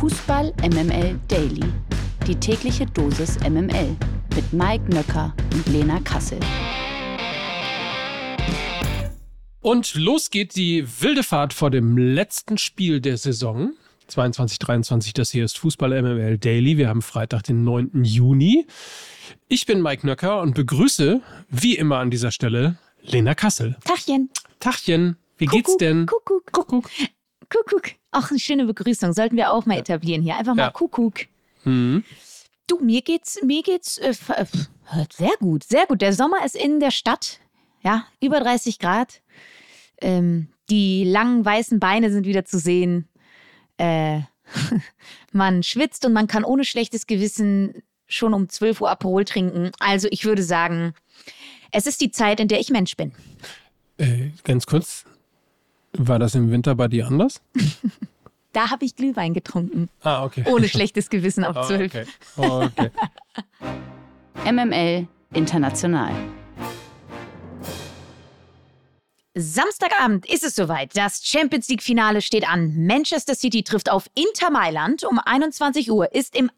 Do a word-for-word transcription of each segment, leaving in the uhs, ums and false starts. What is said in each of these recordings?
Fußball M M L Daily. Die tägliche Dosis M M L mit Mike Nöcker und Lena Kassel. Und los geht die wilde Fahrt vor dem letzten Spiel der Saison. zweiundzwanzig dreiundzwanzig, das hier ist Fußball M M L Daily. Wir haben Freitag, den neunten Juni. Ich bin Mike Nöcker und begrüße, wie immer an dieser Stelle, Lena Kassel. Tachchen. Tachchen, wie Kuckuck, geht's denn? Kuckuck. Kuckuck. Kuckuck. Auch eine schöne Begrüßung. Sollten wir auch mal etablieren hier. Einfach mal Ja. Kuckuck. Mhm. Du, mir geht's, mir geht's äh, f- äh, sehr gut, sehr gut. Der Sommer ist in der Stadt. Ja, über dreißig Grad. Ähm, die langen weißen Beine sind wieder zu sehen. Äh, man schwitzt und man kann ohne schlechtes Gewissen schon um zwölf Uhr Aperol trinken. Also ich würde sagen, es ist die Zeit, in der ich Mensch bin. Äh, ganz kurz, war das im Winter bei dir anders? Da habe ich Glühwein getrunken. Ah, okay. Ohne schlechtes Gewissen auf Ah, zwölf. okay. Oh, okay. M M L International. Samstagabend ist es soweit. Das Champions-League-Finale steht an. Manchester City trifft auf Inter Mailand. Um einundzwanzig Uhr ist im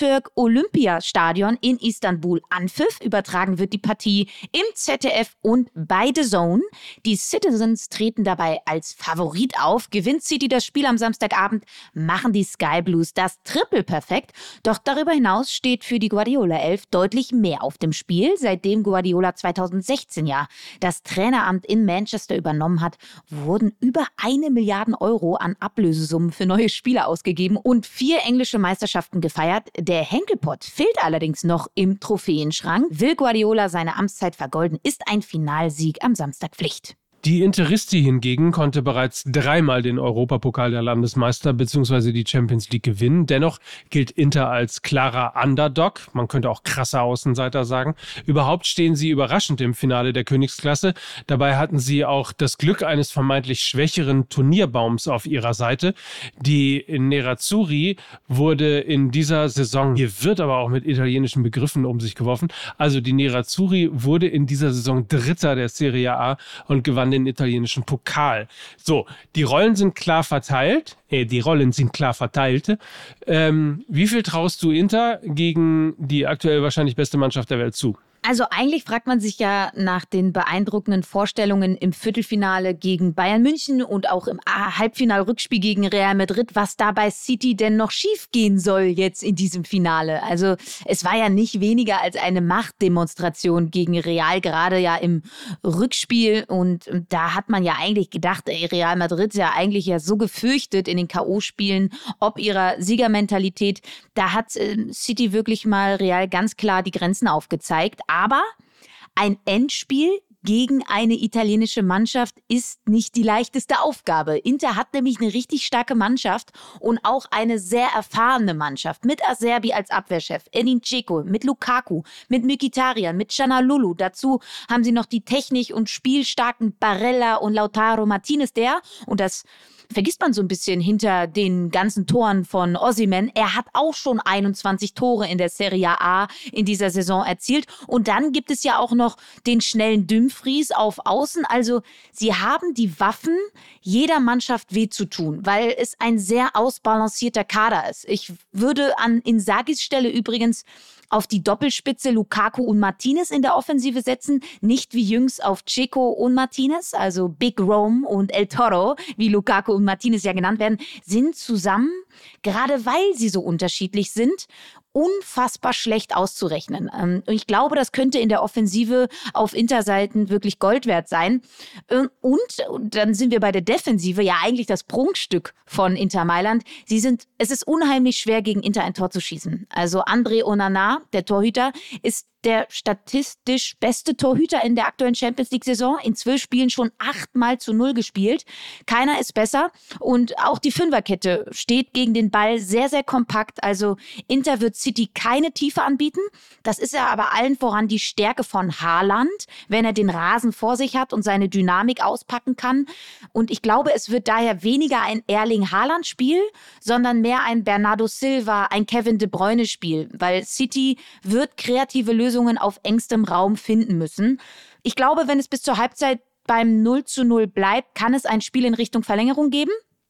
Atatürk-Olympiastadion in Istanbul Anpfiff. Übertragen wird die Partie im Z D F und bei The Zone. Die Citizens treten dabei als Favorit auf. Gewinnt City das Spiel am Samstagabend, machen die Sky Blues das Triple perfekt. Doch darüber hinaus steht für die Guardiola-Elf deutlich mehr auf dem Spiel. Seitdem Guardiola zweitausendsechzehn ja das Traineramt in Manchester übernommen hat, wurden über eine Milliarde Euro an Ablösesummen für neue Spieler ausgegeben und vier englische Meisterschaften gefeiert. Der Henkelpott fehlt allerdings noch im Trophäenschrank. Will Guardiola seine Amtszeit vergolden, ist ein Finalsieg am Samstag Pflicht. Die Interisti hingegen konnte bereits dreimal den Europapokal der Landesmeister bzw. die Champions League gewinnen. Dennoch gilt Inter als klarer Underdog. Man könnte auch krasser Außenseiter sagen. Überhaupt stehen sie überraschend im Finale der Königsklasse. Dabei hatten sie auch das Glück eines vermeintlich schwächeren Turnierbaums auf ihrer Seite. Die Nerazzurri wurde in dieser Saison, hier wird aber auch mit italienischen Begriffen um sich geworfen, also die Nerazzurri wurde in dieser Saison Dritter der Serie A und gewann den italienischen Pokal. So, die Rollen sind klar verteilt. Äh, die Rollen sind klar verteilt. Ähm, wie viel traust du Inter gegen die aktuell wahrscheinlich beste Mannschaft der Welt zu? Also eigentlich fragt man sich ja nach den beeindruckenden Vorstellungen im Viertelfinale gegen Bayern München und auch im Halbfinal-Rückspiel gegen Real Madrid, was da bei City denn noch schiefgehen soll jetzt in diesem Finale. Also es war ja nicht weniger als eine Machtdemonstration gegen Real, gerade ja im Rückspiel. Und da hat man ja eigentlich gedacht, ey, Real Madrid ist ja eigentlich ja so gefürchtet in den K O-Spielen, ob ihrer Siegermentalität. Da hat äh, City wirklich mal Real ganz klar die Grenzen aufgezeigt. Aber ein Endspiel gegen eine italienische Mannschaft ist nicht die leichteste Aufgabe. Inter hat nämlich eine richtig starke Mannschaft und auch eine sehr erfahrene Mannschaft. Mit Acerbi als Abwehrchef, Edin Dzeko, mit Lukaku, mit Mkhitaryan, mit Çalhanoğlu. Dazu haben sie noch die technisch und spielstarken Barella und Lautaro Martinez, der, und das vergisst man so ein bisschen hinter den ganzen Toren von Osimhen. Er hat auch schon einundzwanzig Tore in der Serie A in dieser Saison erzielt. Und dann gibt es ja auch noch den schnellen Dumfries auf Außen. Also sie haben die Waffen, jeder Mannschaft weh zu tun, weil es ein sehr ausbalancierter Kader ist. Ich würde an Inzagis Stelle übrigens auf die Doppelspitze Lukaku und Martinez in der Offensive setzen, nicht wie jüngst auf Dzeko und Martinez, also Big Rome und El Toro, wie Lukaku und Martinez ja genannt werden, sind zusammen, gerade weil sie so unterschiedlich sind, unfassbar schlecht auszurechnen. Und ich glaube, das könnte in der Offensive auf Interseiten wirklich Gold wert sein. Und dann sind wir bei der Defensive, ja eigentlich das Prunkstück von Inter Mailand. Sie sind, es ist unheimlich schwer, gegen Inter ein Tor zu schießen. Also André Onana, der Torhüter, ist der statistisch beste Torhüter in der aktuellen Champions-League-Saison. In zwölf Spielen schon achtmal zu null gespielt. Keiner ist besser. Und auch die Fünferkette steht gegen den Ball sehr, sehr kompakt. Also Inter wird City keine Tiefe anbieten. Das ist ja aber allen voran die Stärke von Haaland, wenn er den Rasen vor sich hat und seine Dynamik auspacken kann. Und ich glaube, es wird daher weniger ein Erling-Haaland-Spiel, sondern mehr ein Bernardo Silva, ein Kevin De Bruyne-Spiel. Weil City wird kreative Lösungen auf engstem Raum finden müssen. Ich glaube, wenn es bis zur Halbzeit beim null zu null bleibt, kann es ein Spiel in Richtung Verlängerung geben.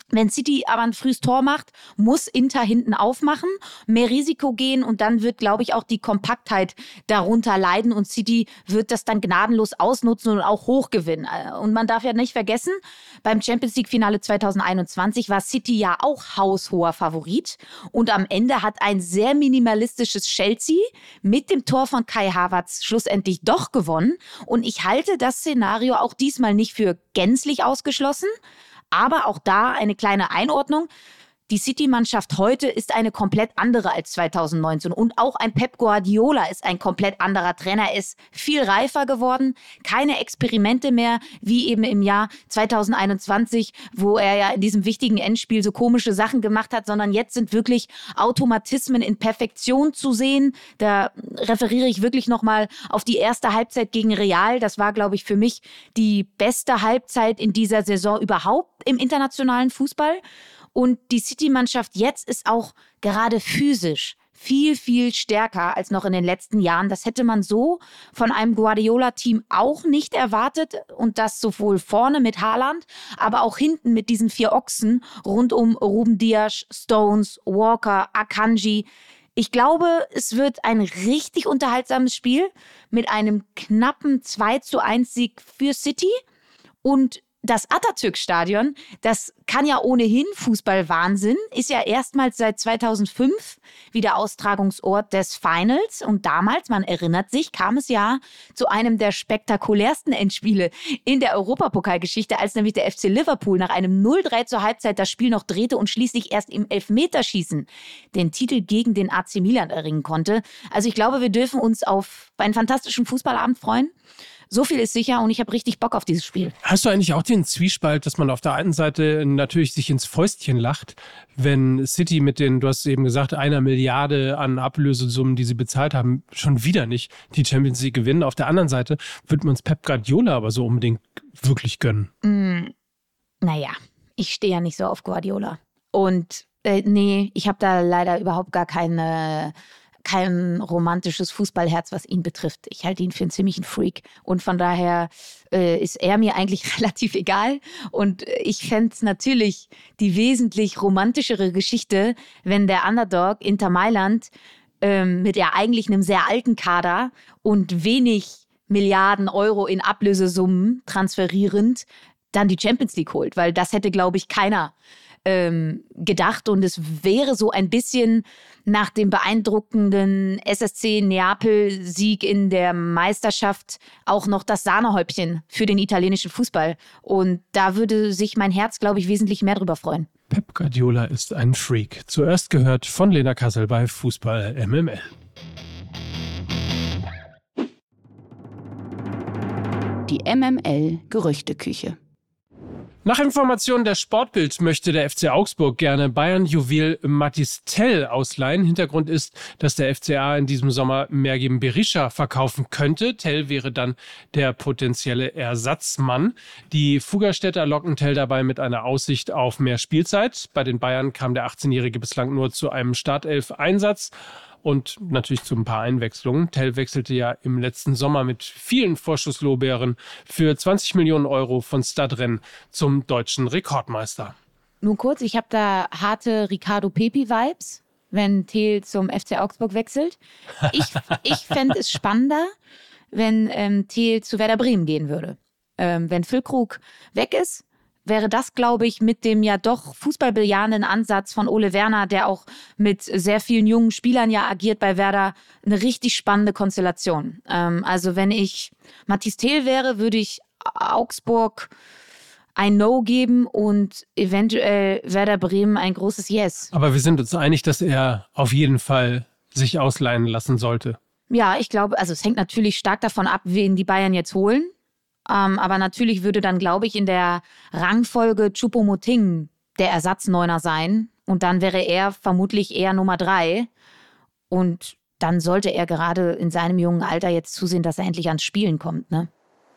Wenn City aber ein frühes Tor macht, muss Inter hinten aufmachen, mehr Risiko gehen und dann wird, glaube ich, auch die Kompaktheit darunter leiden und City wird das dann gnadenlos ausnutzen und auch hochgewinnen. Und man darf ja nicht vergessen, beim Champions-League-Finale zwanzig einundzwanzig war City ja auch haushoher Favorit und am Ende hat ein sehr minimalistisches Chelsea mit dem Tor von Kai Havertz schlussendlich doch gewonnen und ich halte das Szenario auch diesmal nicht für gänzlich ausgeschlossen. Aber auch da eine kleine Einordnung. Die City-Mannschaft heute ist eine komplett andere als zwanzig neunzehn. Und auch ein Pep Guardiola ist ein komplett anderer Trainer. Er ist viel reifer geworden. Keine Experimente mehr, wie eben im Jahr zwanzig einundzwanzig, wo er ja in diesem wichtigen Endspiel so komische Sachen gemacht hat, sondern jetzt sind wirklich Automatismen in Perfektion zu sehen. Da referiere ich wirklich nochmal auf die erste Halbzeit gegen Real. Das war, glaube ich, für mich die beste Halbzeit in dieser Saison überhaupt im internationalen Fußball. Und die City-Mannschaft jetzt ist auch gerade physisch viel, viel stärker als noch in den letzten Jahren. Das hätte man so von einem Guardiola-Team auch nicht erwartet. Und das sowohl vorne mit Haaland, aber auch hinten mit diesen vier Ochsen rund um Ruben Dias, Stones, Walker, Akanji. Ich glaube, es wird ein richtig unterhaltsames Spiel mit einem knappen zwei zu eins Sieg für City. Und das Atatürk-Stadion, das kann ja ohnehin Fußball-Wahnsinn, ist ja erstmals seit zweitausendfünf wieder Austragungsort des Finals. Und damals, man erinnert sich, kam es ja zu einem der spektakulärsten Endspiele in der Europapokalgeschichte, als nämlich der F C Liverpool nach einem null drei zur Halbzeit das Spiel noch drehte und schließlich erst im Elfmeterschießen den Titel gegen den A C Milan erringen konnte. Also ich glaube, wir dürfen uns auf einen fantastischen Fußballabend freuen. So viel ist sicher und ich habe richtig Bock auf dieses Spiel. Hast du eigentlich auch den Zwiespalt, dass man auf der einen Seite natürlich sich ins Fäustchen lacht, wenn City mit den, du hast eben gesagt, einer Milliarde an Ablösesummen, die sie bezahlt haben, schon wieder nicht die Champions League gewinnen. Auf der anderen Seite wird man es Pep Guardiola aber so unbedingt wirklich gönnen. Mm, naja, ich stehe ja nicht so auf Guardiola. Und äh, nee, ich habe da leider überhaupt gar keine... kein romantisches Fußballherz, was ihn betrifft. Ich halte ihn für einen ziemlichen Freak. Und von daher äh, ist er mir eigentlich relativ egal. Und ich fände es natürlich die wesentlich romantischere Geschichte, wenn der Underdog Inter Mailand ähm, mit ja eigentlich einem sehr alten Kader und wenig Milliarden Euro in Ablösesummen transferierend dann die Champions League holt. Weil das hätte, glaube ich, keiner Ähm, gedacht und es wäre so ein bisschen nach dem beeindruckenden S S C Neapel-Sieg in der Meisterschaft auch noch das Sahnehäubchen für den italienischen Fußball und da würde sich mein Herz, glaube ich, wesentlich mehr drüber freuen. Pep Guardiola ist ein Freak. Zuerst gehört von Lena Kassel bei Fußball M M L. Die M M L-Gerüchteküche. Nach Informationen der Sportbild möchte der F C Augsburg gerne Bayern-Juwel Mathys Tel ausleihen. Hintergrund ist, dass der F C A in diesem Sommer Mergim Berisha verkaufen könnte. Tel wäre dann der potenzielle Ersatzmann. Die Fuggerstädter locken Tel dabei mit einer Aussicht auf mehr Spielzeit. Bei den Bayern kam der achtzehnjährige bislang nur zu einem Startelf-Einsatz. Und natürlich zu ein paar Einwechslungen. Tel wechselte ja im letzten Sommer mit vielen Vorschusslorbeeren für zwanzig Millionen Euro von Stade zum deutschen Rekordmeister. Nur kurz, ich habe da harte Ricardo Pepi-Vibes, wenn Tel zum F C Augsburg wechselt. Ich, ich fände es spannender, wenn ähm, Tel zu Werder Bremen gehen würde. Ähm, wenn Füllkrug weg ist, wäre das, glaube ich, mit dem ja doch fußballbejahenden Ansatz von Ole Werner, der auch mit sehr vielen jungen Spielern ja agiert bei Werder, eine richtig spannende Konstellation. Ähm, also wenn ich Mathys Tel wäre, würde ich Augsburg ein No geben und eventuell Werder Bremen ein großes Yes. Aber wir sind uns einig, dass er auf jeden Fall sich ausleihen lassen sollte. Ja, ich glaube, also es hängt natürlich stark davon ab, wen die Bayern jetzt holen. Ähm, aber natürlich würde dann, glaube ich, in der Rangfolge Choupo-Moting der Ersatzneuner sein. Und dann wäre er vermutlich eher Nummer drei. Und dann sollte er gerade in seinem jungen Alter jetzt zusehen, dass er endlich ans Spielen kommt, ne?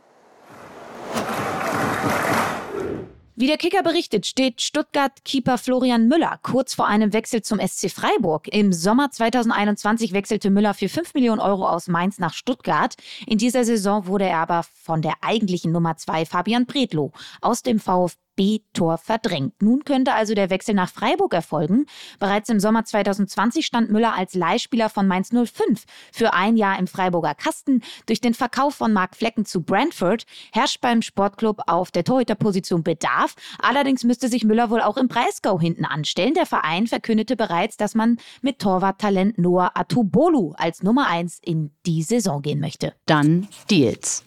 Wie der Kicker berichtet, steht Stuttgart-Keeper Florian Müller kurz vor einem Wechsel zum S C Freiburg. Im Sommer zwanzig einundzwanzig wechselte Müller für fünf Millionen Euro aus Mainz nach Stuttgart. In dieser Saison wurde er aber von der eigentlichen Nummer zwei Fabian Bredlow aus dem VfB VfB-Tor verdrängt. Nun könnte also der Wechsel nach Freiburg erfolgen. Bereits im Sommer zweitausendzwanzig stand Müller als Leihspieler von Mainz null fünf für ein Jahr im Freiburger Kasten. Durch den Verkauf von Marc Flecken zu Brentford herrscht beim Sportclub auf der Torhüterposition Bedarf. Allerdings müsste sich Müller wohl auch im Breisgau hinten anstellen. Der Verein verkündete bereits, dass man mit Torwarttalent Noah Atubolu als Nummer eins in die Saison gehen möchte. Dann Deals.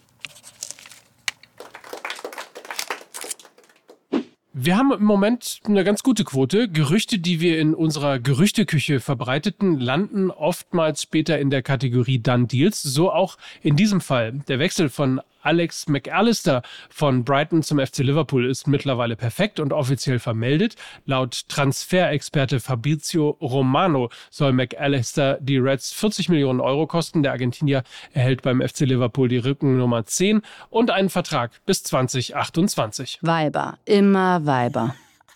Wir haben im Moment eine ganz gute Quote. Gerüchte, die wir in unserer Gerüchteküche verbreiteten, landen oftmals später in der Kategorie Done Deals. So auch in diesem Fall. Der Wechsel von Alex McAllister von Brighton zum F C Liverpool ist mittlerweile perfekt und offiziell vermeldet. Laut Transferexperte Fabrizio Romano soll McAllister die Reds vierzig Millionen Euro kosten. Der Argentinier erhält beim F C Liverpool die Rückennummer zehn und einen Vertrag bis zwanzig achtundzwanzig. Weiber, immer Weiber.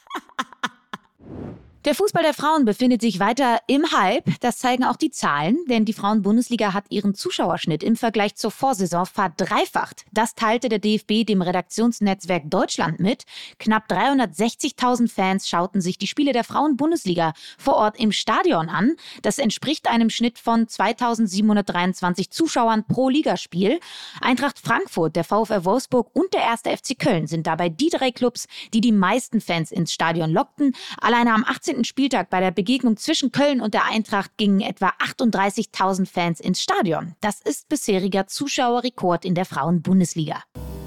Der Fußball der Frauen befindet sich weiter im Hype. Das zeigen auch die Zahlen, denn die Frauen-Bundesliga hat ihren Zuschauerschnitt im Vergleich zur Vorsaison verdreifacht. Das teilte der D F B dem Redaktionsnetzwerk Deutschland mit. Knapp dreihundertsechzigtausend Fans schauten sich die Spiele der Frauen-Bundesliga vor Ort im Stadion an. Das entspricht einem Schnitt von zweitausendsiebenhundertdreiundzwanzig Zuschauern pro Ligaspiel. Eintracht Frankfurt, der VfL Wolfsburg und der erste F C Köln sind dabei die drei Clubs, die die meisten Fans ins Stadion lockten. Alleine am achtzehnten Spieltag bei der Begegnung zwischen Köln und der Eintracht gingen etwa achtunddreißigtausend Fans ins Stadion. Das ist bisheriger Zuschauerrekord in der Frauen-Bundesliga.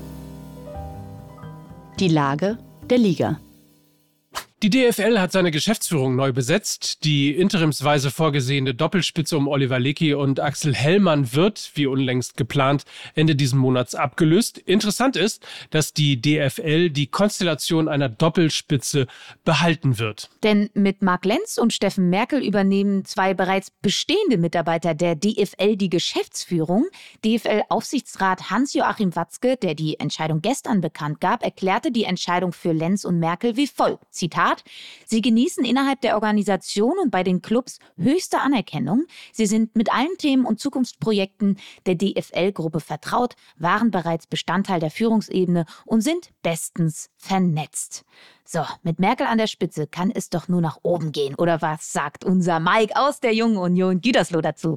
Die Lage der Liga. Die D F L hat seine Geschäftsführung neu besetzt. Die interimsweise vorgesehene Doppelspitze um Oliver Leckie und Axel Hellmann wird, wie unlängst geplant, Ende diesen Monats abgelöst. Interessant ist, dass die D F L die Konstellation einer Doppelspitze behalten wird. Denn mit Marc Lenz und Steffen Merkel übernehmen zwei bereits bestehende Mitarbeiter der D F L die Geschäftsführung. D F L-Aufsichtsrat Hans-Joachim Watzke, der die Entscheidung gestern bekannt gab, erklärte die Entscheidung für Lenz und Merkel wie folgt. Zitat: Sie genießen innerhalb der Organisation und bei den Clubs höchste Anerkennung. Sie sind mit allen Themen und Zukunftsprojekten der D F L-Gruppe vertraut, waren bereits Bestandteil der Führungsebene und sind bestens vernetzt. So, mit Merkel an der Spitze kann es doch nur nach oben gehen. Oder was sagt unser Mike aus der Jungen Union Gütersloh dazu?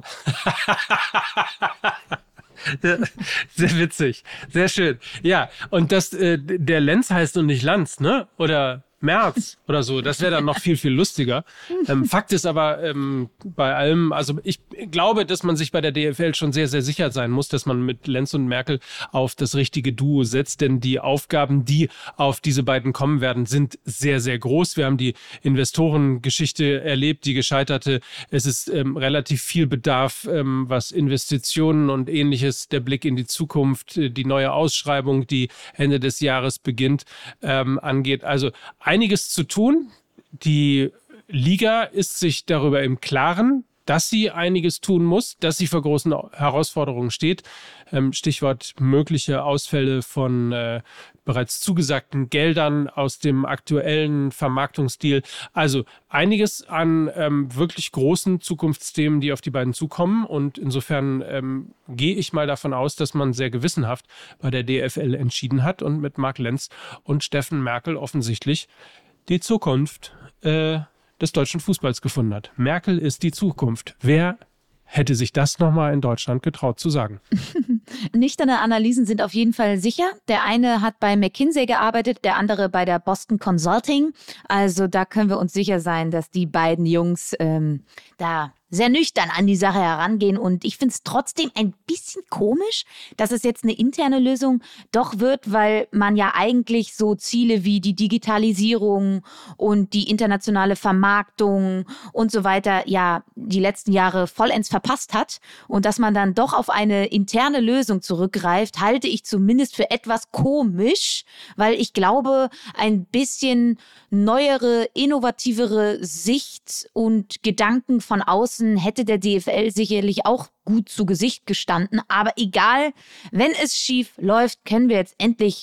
Sehr witzig, sehr schön. Ja, und dass äh, der Lenz heißt und nicht Lanz, ne? Oder März oder so, das wäre dann noch viel, viel lustiger. Ähm, Fakt ist aber ähm, bei allem, also ich glaube, dass man sich bei der D F L schon sehr, sehr sicher sein muss, dass man mit Lenz und Merkel auf das richtige Duo setzt, denn die Aufgaben, die auf diese beiden kommen werden, sind sehr, sehr groß. Wir haben die Investorengeschichte erlebt, die gescheiterte. Es ist ähm, relativ viel Bedarf, ähm, was Investitionen und Ähnliches, der Blick in die Zukunft, die neue Ausschreibung, die Ende des Jahres beginnt, ähm, angeht. Also einiges zu tun. Die Liga ist sich darüber im Klaren, dass sie einiges tun muss, dass sie vor großen Herausforderungen steht. Ähm, Stichwort mögliche Ausfälle von äh, bereits zugesagten Geldern aus dem aktuellen Vermarktungsdeal. Also einiges an ähm, wirklich großen Zukunftsthemen, die auf die beiden zukommen. Und insofern ähm, gehe ich mal davon aus, dass man sehr gewissenhaft bei der D F L entschieden hat und mit Marc Lenz und Steffen Merkel offensichtlich die Zukunft äh, des deutschen Fußballs gefunden hat. Merkel ist die Zukunft. Wer hätte sich das nochmal in Deutschland getraut zu sagen? Nüchterne Analysen sind auf jeden Fall sicher. Der eine hat bei McKinsey gearbeitet, der andere bei der Boston Consulting. Also da können wir uns sicher sein, dass die beiden Jungs ähm, da sehr nüchtern an die Sache herangehen. Und ich finde es trotzdem ein bisschen komisch, dass es jetzt eine interne Lösung doch wird, weil man ja eigentlich so Ziele wie die Digitalisierung und die internationale Vermarktung und so weiter ja die letzten Jahre vollends verpasst hat. Und dass man dann doch auf eine interne Lösung zurückgreift, halte ich zumindest für etwas komisch, weil ich glaube, ein bisschen neuere, innovativere Sicht und Gedanken von außen hätte der D F L sicherlich auch gut zu Gesicht gestanden. Aber egal, wenn es schief läuft, können wir jetzt endlich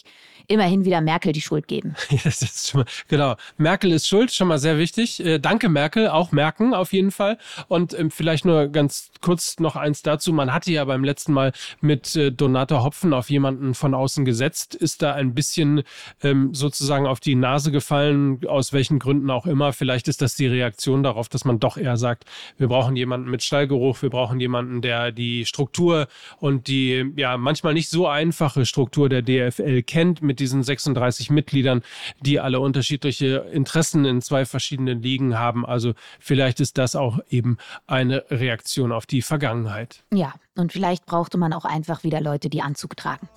immerhin wieder Merkel die Schuld geben. Das ist schon mal, genau. Merkel ist schuld, schon mal sehr wichtig. Äh, danke Merkel, auch merken auf jeden Fall. Und ähm, vielleicht nur ganz kurz noch eins dazu. Man hatte ja beim letzten Mal mit äh, Donato Hopfen auf jemanden von außen gesetzt, ist da ein bisschen ähm, sozusagen auf die Nase gefallen, aus welchen Gründen auch immer. Vielleicht ist das die Reaktion darauf, dass man doch eher sagt, wir brauchen jemanden mit Stallgeruch, wir brauchen jemanden, der die Struktur und die ja manchmal nicht so einfache Struktur der D F L kennt, mit diesen sechsunddreißig Mitgliedern, die alle unterschiedliche Interessen in zwei verschiedenen Ligen haben. Also vielleicht ist das auch eben eine Reaktion auf die Vergangenheit. Ja, und vielleicht brauchte man auch einfach wieder Leute, die Anzug tragen.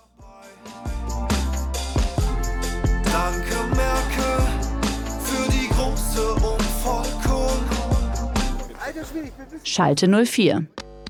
Danke Merkel für die große Umvolkung. Schalte null vier.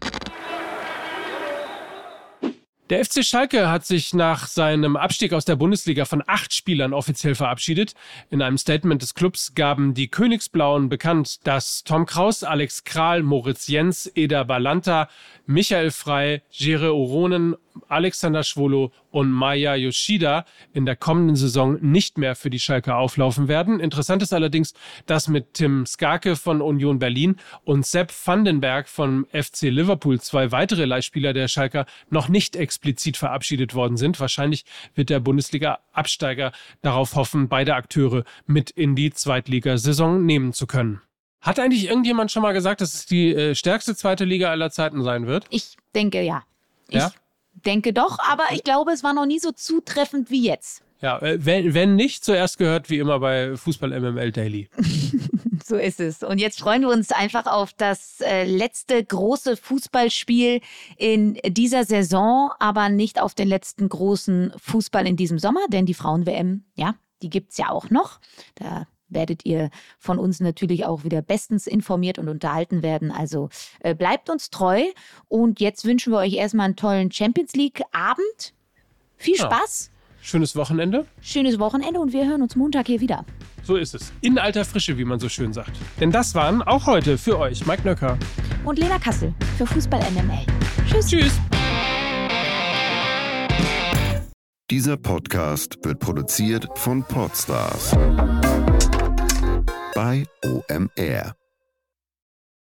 Der F C Schalke hat sich nach seinem Abstieg aus der Bundesliga von acht Spielern offiziell verabschiedet. In einem Statement des Clubs gaben die Königsblauen bekannt, dass Tom Kraus, Alex Kral, Moritz Jens, Eder Balanta, Michael Frey, Jere Oronen, Alexander Schwolo und Maya Yoshida in der kommenden Saison nicht mehr für die Schalke auflaufen werden. Interessant ist allerdings, dass mit Tim Skarke von Union Berlin und Sepp Vandenberg vom F C Liverpool zwei weitere Leihspieler der Schalker noch nicht explizit verabschiedet worden sind. Wahrscheinlich wird der Bundesliga-Absteiger darauf hoffen, beide Akteure mit in die Zweitligasaison nehmen zu können. Hat eigentlich irgendjemand schon mal gesagt, dass es die äh, stärkste zweite Liga aller Zeiten sein wird? Ich denke ja. Ich Ja? denke doch, aber ich glaube, es war noch nie so zutreffend wie jetzt. Ja, äh, wenn, wenn nicht, zuerst gehört wie immer bei Fußball M M L Daily. So ist es. Und jetzt freuen wir uns einfach auf das äh, letzte große Fußballspiel in dieser Saison, aber nicht auf den letzten großen Fußball in diesem Sommer, denn die Frauen-W M, ja, die gibt es ja auch noch. Da werdet ihr von uns natürlich auch wieder bestens informiert und unterhalten werden. Also äh, bleibt uns treu. Und jetzt wünschen wir euch erstmal einen tollen Champions-League-Abend. Viel Ja. Spaß, Schönes Wochenende. schönes Wochenende und wir hören uns Montag hier wieder. So ist es. In alter Frische, wie man so schön sagt. Denn das waren auch heute für euch Mike Nöcker. Und Lena Kassel für Fußball M M L. Tschüss. Tschüss. Dieser Podcast wird produziert von Podstars bei O M R.